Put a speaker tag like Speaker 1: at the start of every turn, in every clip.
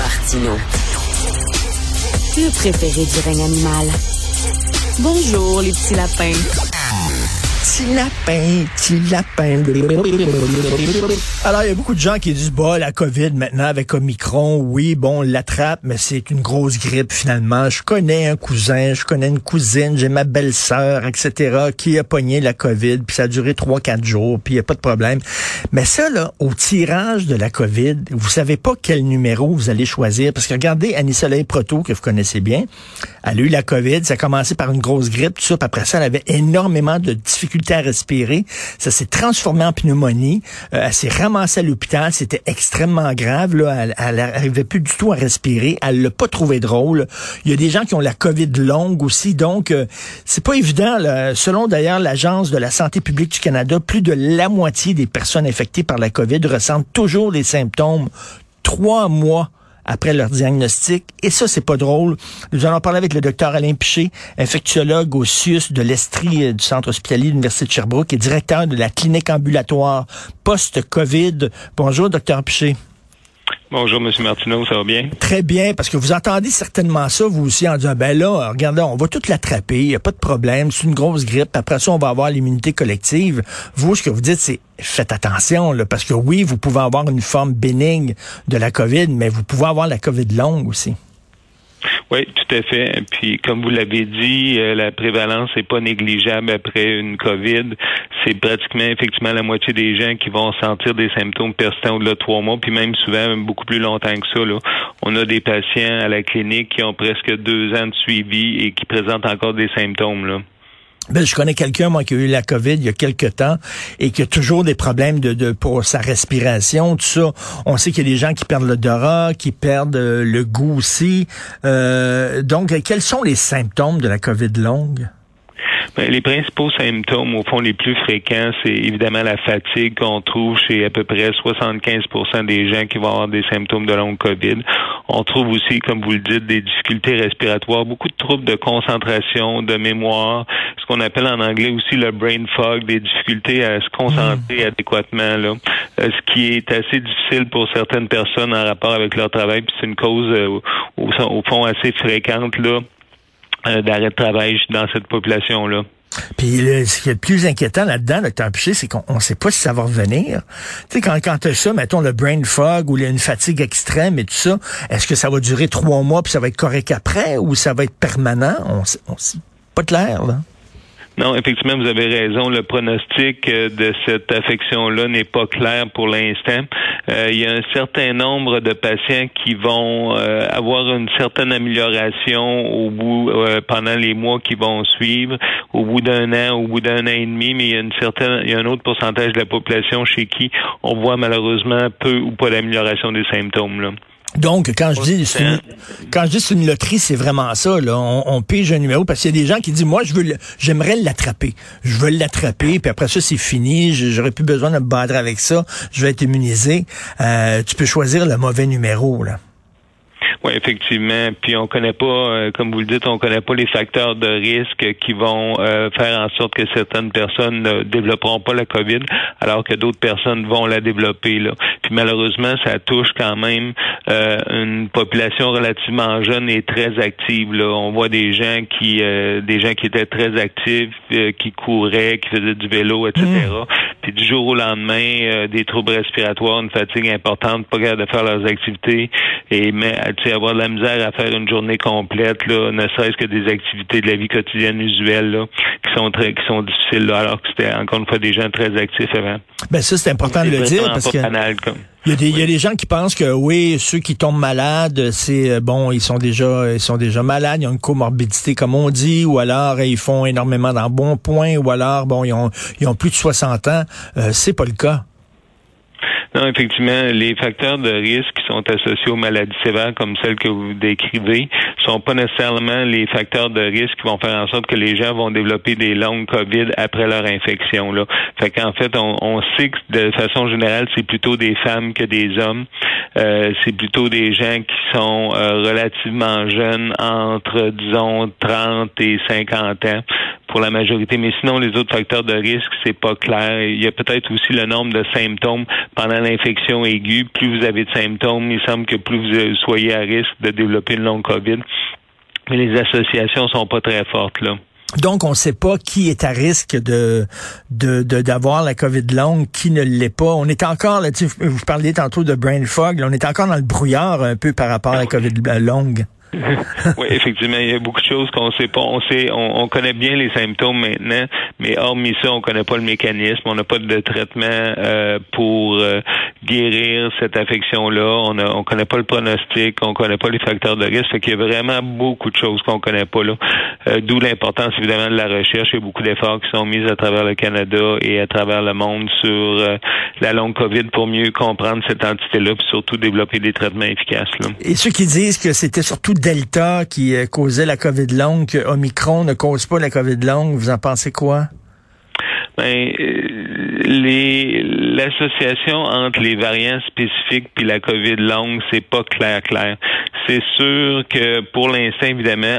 Speaker 1: Martineau. Le préféré du règne animal. Bonjour, les petits lapins.
Speaker 2: Petit lapin. Alors, il y a beaucoup de gens qui disent, la COVID maintenant avec Omicron, oui, on l'attrape, mais c'est une grosse grippe finalement. Je connais un cousin, je connais une cousine, j'ai ma belle-sœur, etc., qui a pogné la COVID, puis ça a duré 3-4 jours, puis il n'y a pas de problème. Mais ça, là, au tirage de la COVID, vous savez pas quel numéro vous allez choisir, parce que regardez Annie-Soleil Proto, que vous connaissez bien, elle a eu la COVID, ça a commencé par une grosse grippe, tout ça, puis après ça, elle avait énormément de difficultés à respirer. Ça s'est transformé en pneumonie. Elle s'est ramassée à l'hôpital. C'était extrêmement grave. Là. Elle n'arrivait plus du tout à respirer. Elle l'a pas trouvé drôle. Il y a des gens qui ont la COVID longue aussi. Donc, c'est pas évident. Là. Selon d'ailleurs l'Agence de la santé publique du Canada, plus de la moitié des personnes infectées par la COVID ressentent toujours les symptômes 3 mois après leur diagnostic. Et ça, c'est pas drôle. Nous allons parler avec le docteur Alain Piché, infectiologue au CIUS de l'Estrie du Centre hospitalier de l'Université de Sherbrooke et directeur de la clinique ambulatoire post-COVID. Bonjour, docteur Piché.
Speaker 3: Bonjour, M. Martineau, ça va bien?
Speaker 2: Très bien, parce que vous entendez certainement ça, vous aussi, en disant, là, regardez, on va tout l'attraper, il n'y a pas de problème, c'est une grosse grippe, après ça, on va avoir l'immunité collective. Vous, ce que vous dites, c'est, faites attention, là, parce que oui, vous pouvez avoir une forme bénigne de la COVID, mais vous pouvez avoir la COVID longue aussi.
Speaker 3: Oui, tout à fait. Puis, comme vous l'avez dit, la prévalence n'est pas négligeable après une COVID. C'est pratiquement, effectivement, la moitié des gens qui vont sentir des symptômes persistants au-delà de 3 mois, puis même souvent beaucoup plus longtemps que ça. Là. On a des patients à la clinique qui ont presque 2 ans de suivi et qui présentent encore des symptômes, là.
Speaker 2: Je connais quelqu'un, moi, qui a eu la COVID il y a quelque temps et qui a toujours des problèmes pour sa respiration, tout ça. On sait qu'il y a des gens qui perdent l'odorat, qui perdent le goût aussi. Donc, quels sont les symptômes de la COVID longue?
Speaker 3: Les principaux symptômes, au fond, les plus fréquents, c'est évidemment la fatigue qu'on trouve chez à peu près 75% des gens qui vont avoir des symptômes de longue COVID. On trouve aussi, comme vous le dites, des difficultés respiratoires, beaucoup de troubles de concentration, de mémoire, ce qu'on appelle en anglais aussi le brain fog, des difficultés à se concentrer adéquatement, là. Ce qui est assez difficile pour certaines personnes en rapport avec leur travail, puis c'est une cause, au fond, assez fréquente, là, d'arrêt de travail dans cette population-là.
Speaker 2: Puis ce qui est le plus inquiétant là-dedans, docteur Piché, c'est qu'on ne sait pas si ça va revenir. Tu sais, quand tu as ça, mettons le brain fog ou une fatigue extrême et tout ça, est-ce que ça va durer 3 mois puis ça va être correct après ou ça va être permanent? On sait pas clair, là.
Speaker 3: Non, effectivement, vous avez raison. Le pronostic de cette affection-là n'est pas clair pour l'instant. Il y a un certain nombre de patients qui vont avoir une certaine amélioration au bout pendant les mois qui vont suivre, au bout d'1 an, au bout d'1 an et demi, mais il y a un autre pourcentage de la population chez qui on voit malheureusement peu ou pas d'amélioration des symptômes, là.
Speaker 2: Donc, quand je dis c'est une loterie, c'est vraiment ça, là. On pige un numéro parce qu'il y a des gens qui disent, moi, j'aimerais l'attraper. Je veux l'attraper, puis après ça, c'est fini. J'aurais plus besoin de me battre avec ça. Je vais être immunisé. Tu peux choisir le mauvais numéro, là.
Speaker 3: Oui, effectivement. Puis on connaît pas, comme vous le dites, on connaît pas les facteurs de risque qui vont faire en sorte que certaines personnes ne développeront pas la COVID, alors que d'autres personnes vont la développer, là. Puis malheureusement, ça touche quand même une population relativement jeune et très active, là. On voit des gens qui étaient très actifs, qui couraient, qui faisaient du vélo, etc. Puis du jour au lendemain, des troubles respiratoires, une fatigue importante, pas capable de faire leurs activités, avoir de la misère à faire une journée complète, là, ne serait-ce que des activités de la vie quotidienne usuelle, là, qui sont difficiles, là, alors que c'était encore une fois des gens très actifs avant.
Speaker 2: Ben ça, c'est important de le dire parce que il y a des gens qui pensent que oui, ceux qui tombent malades, c'est ils sont déjà malades, ils ont une comorbidité comme on dit, ou alors ils font énormément d'embonpoint, ou alors ils ont plus de 60 ans. C'est pas le cas.
Speaker 3: Non, effectivement, les facteurs de risque qui sont associés aux maladies sévères comme celles que vous décrivez sont pas nécessairement les facteurs de risque qui vont faire en sorte que les gens vont développer des longues COVID après leur infection, là. Fait qu'en fait, on sait que de façon générale, c'est plutôt des femmes que des hommes. C'est plutôt des gens qui sont relativement jeunes, entre, disons, 30 et 50 ans. pour la majorité. Mais sinon, les autres facteurs de risque, c'est pas clair. Il y a peut-être aussi le nombre de symptômes pendant l'infection aiguë. Plus vous avez de symptômes, il semble que plus vous soyez à risque de développer une longue COVID. Mais les associations sont pas très fortes, là.
Speaker 2: Donc, on ne sait pas qui est à risque d'avoir la COVID longue, qui ne l'est pas. On est encore, là, vous parliez tantôt de brain fog, là, on est encore dans le brouillard un peu par rapport à la COVID longue.
Speaker 3: Oui, effectivement, il y a beaucoup de choses qu'on sait pas. On connaît bien les symptômes maintenant, mais hormis ça, on connaît pas le mécanisme. On n'a pas de traitement pour guérir cette affection-là. On connaît pas le pronostic, on connaît pas les facteurs de risque. Fait qu'il y a vraiment beaucoup de choses qu'on connaît pas là. D'où l'importance évidemment de la recherche. Il y a beaucoup d'efforts qui sont mis à travers le Canada et à travers le monde sur la longue COVID pour mieux comprendre cette entité-là, puis surtout développer des traitements efficaces, là.
Speaker 2: Et ceux qui disent que c'était surtout Delta qui causait la COVID longue, que Omicron ne cause pas la COVID longue, vous en pensez quoi?
Speaker 3: Ben, l'association entre les variants spécifiques puis la COVID longue, c'est pas clair. C'est sûr que pour l'instant, évidemment,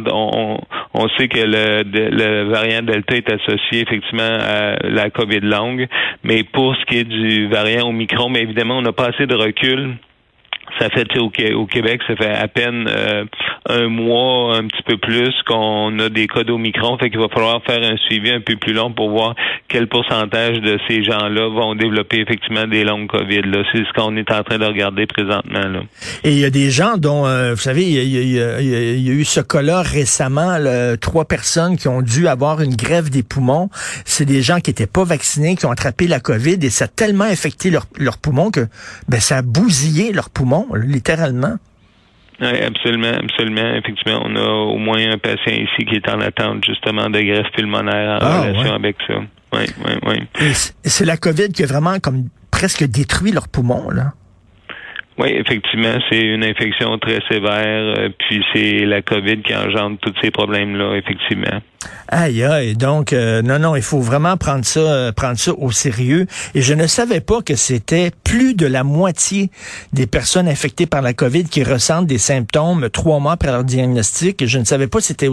Speaker 3: on sait que le variant Delta est associé effectivement à la COVID longue, mais pour ce qui est du variant Omicron, mais évidemment, on n'a pas assez de recul. Ça fait au Québec, ça fait à peine un mois, un petit peu plus qu'on a des cas d'Omicron, fait qu'il va falloir faire un suivi un peu plus long pour voir quel pourcentage de ces gens-là vont développer effectivement des longues COVID. Là, c'est ce qu'on est en train de regarder présentement, là.
Speaker 2: Et il y a des gens dont, vous savez, il y a eu ce cas-là récemment, 3 personnes qui ont dû avoir une greffe des poumons. C'est des gens qui étaient pas vaccinés, qui ont attrapé la COVID et ça a tellement affecté leurs poumons que ça a bousillé leurs poumons. Littéralement.
Speaker 3: Oui, absolument. Effectivement, on a au moins un patient ici qui est en attente justement de greffe pulmonaire en relation avec ça. Oui.
Speaker 2: Et c'est la COVID qui a vraiment comme presque détruit leurs poumons, là.
Speaker 3: Oui, effectivement, c'est une infection très sévère, puis c'est la COVID qui engendre tous ces problèmes-là, effectivement.
Speaker 2: Aïe, donc non, il faut vraiment prendre ça au sérieux. Et je ne savais pas que c'était plus de la moitié des personnes infectées par la COVID qui ressentent des symptômes 3 mois après leur diagnostic. Je ne savais pas que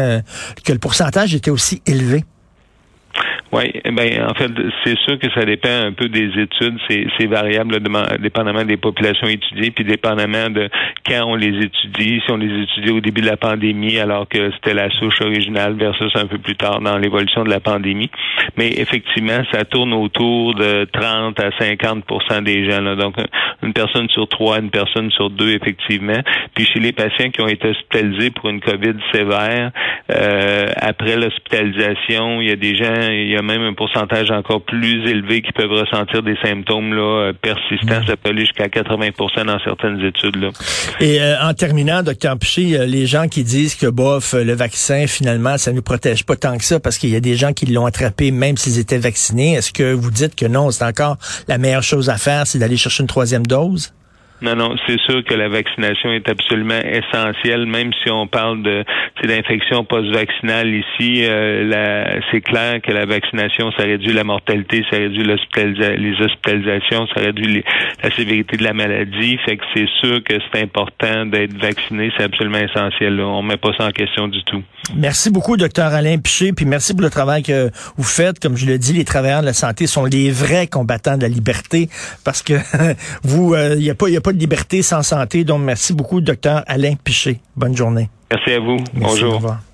Speaker 2: le pourcentage était aussi élevé.
Speaker 3: Oui, en fait, c'est sûr que ça dépend un peu des études, c'est variable dépendamment des populations étudiées, puis dépendamment de quand on les étudie, si on les étudie au début de la pandémie, alors que c'était la souche originale versus un peu plus tard dans l'évolution de la pandémie. Mais effectivement, ça tourne autour de 30 à 50% des gens, là. Donc, une personne sur 3, une personne sur 2, effectivement. Puis chez les patients qui ont été hospitalisés pour une COVID sévère, après l'hospitalisation, il y a même un pourcentage encore plus élevé qui peuvent ressentir des symptômes là persistants. Ça peut aller jusqu'à 80% dans certaines études, là.
Speaker 2: Et en terminant, Dr. Piché, les gens qui disent que le vaccin, finalement, ça nous protège pas tant que ça parce qu'il y a des gens qui l'ont attrapé même s'ils étaient vaccinés. Est-ce que vous dites que non, c'est encore la meilleure chose à faire, c'est d'aller chercher une 3e dose?
Speaker 3: Non, c'est sûr que la vaccination est absolument essentielle, même si on parle d'infection post-vaccinale ici, c'est clair que la vaccination, ça réduit la mortalité, ça réduit les hospitalisations, ça réduit la sévérité de la maladie, fait que c'est sûr que c'est important d'être vacciné, c'est absolument essentiel, là. On met pas ça en question du tout. Merci
Speaker 2: beaucoup, Dr. Alain Piché, puis merci pour le travail que vous faites. Comme je le dis, les travailleurs de la santé sont les vrais combattants de la liberté, parce que il y a pas de liberté sans santé. Donc, merci beaucoup, Dr. Alain Piché. Bonne journée.
Speaker 3: Merci à vous.
Speaker 2: Merci,
Speaker 3: bonjour.
Speaker 2: Au revoir.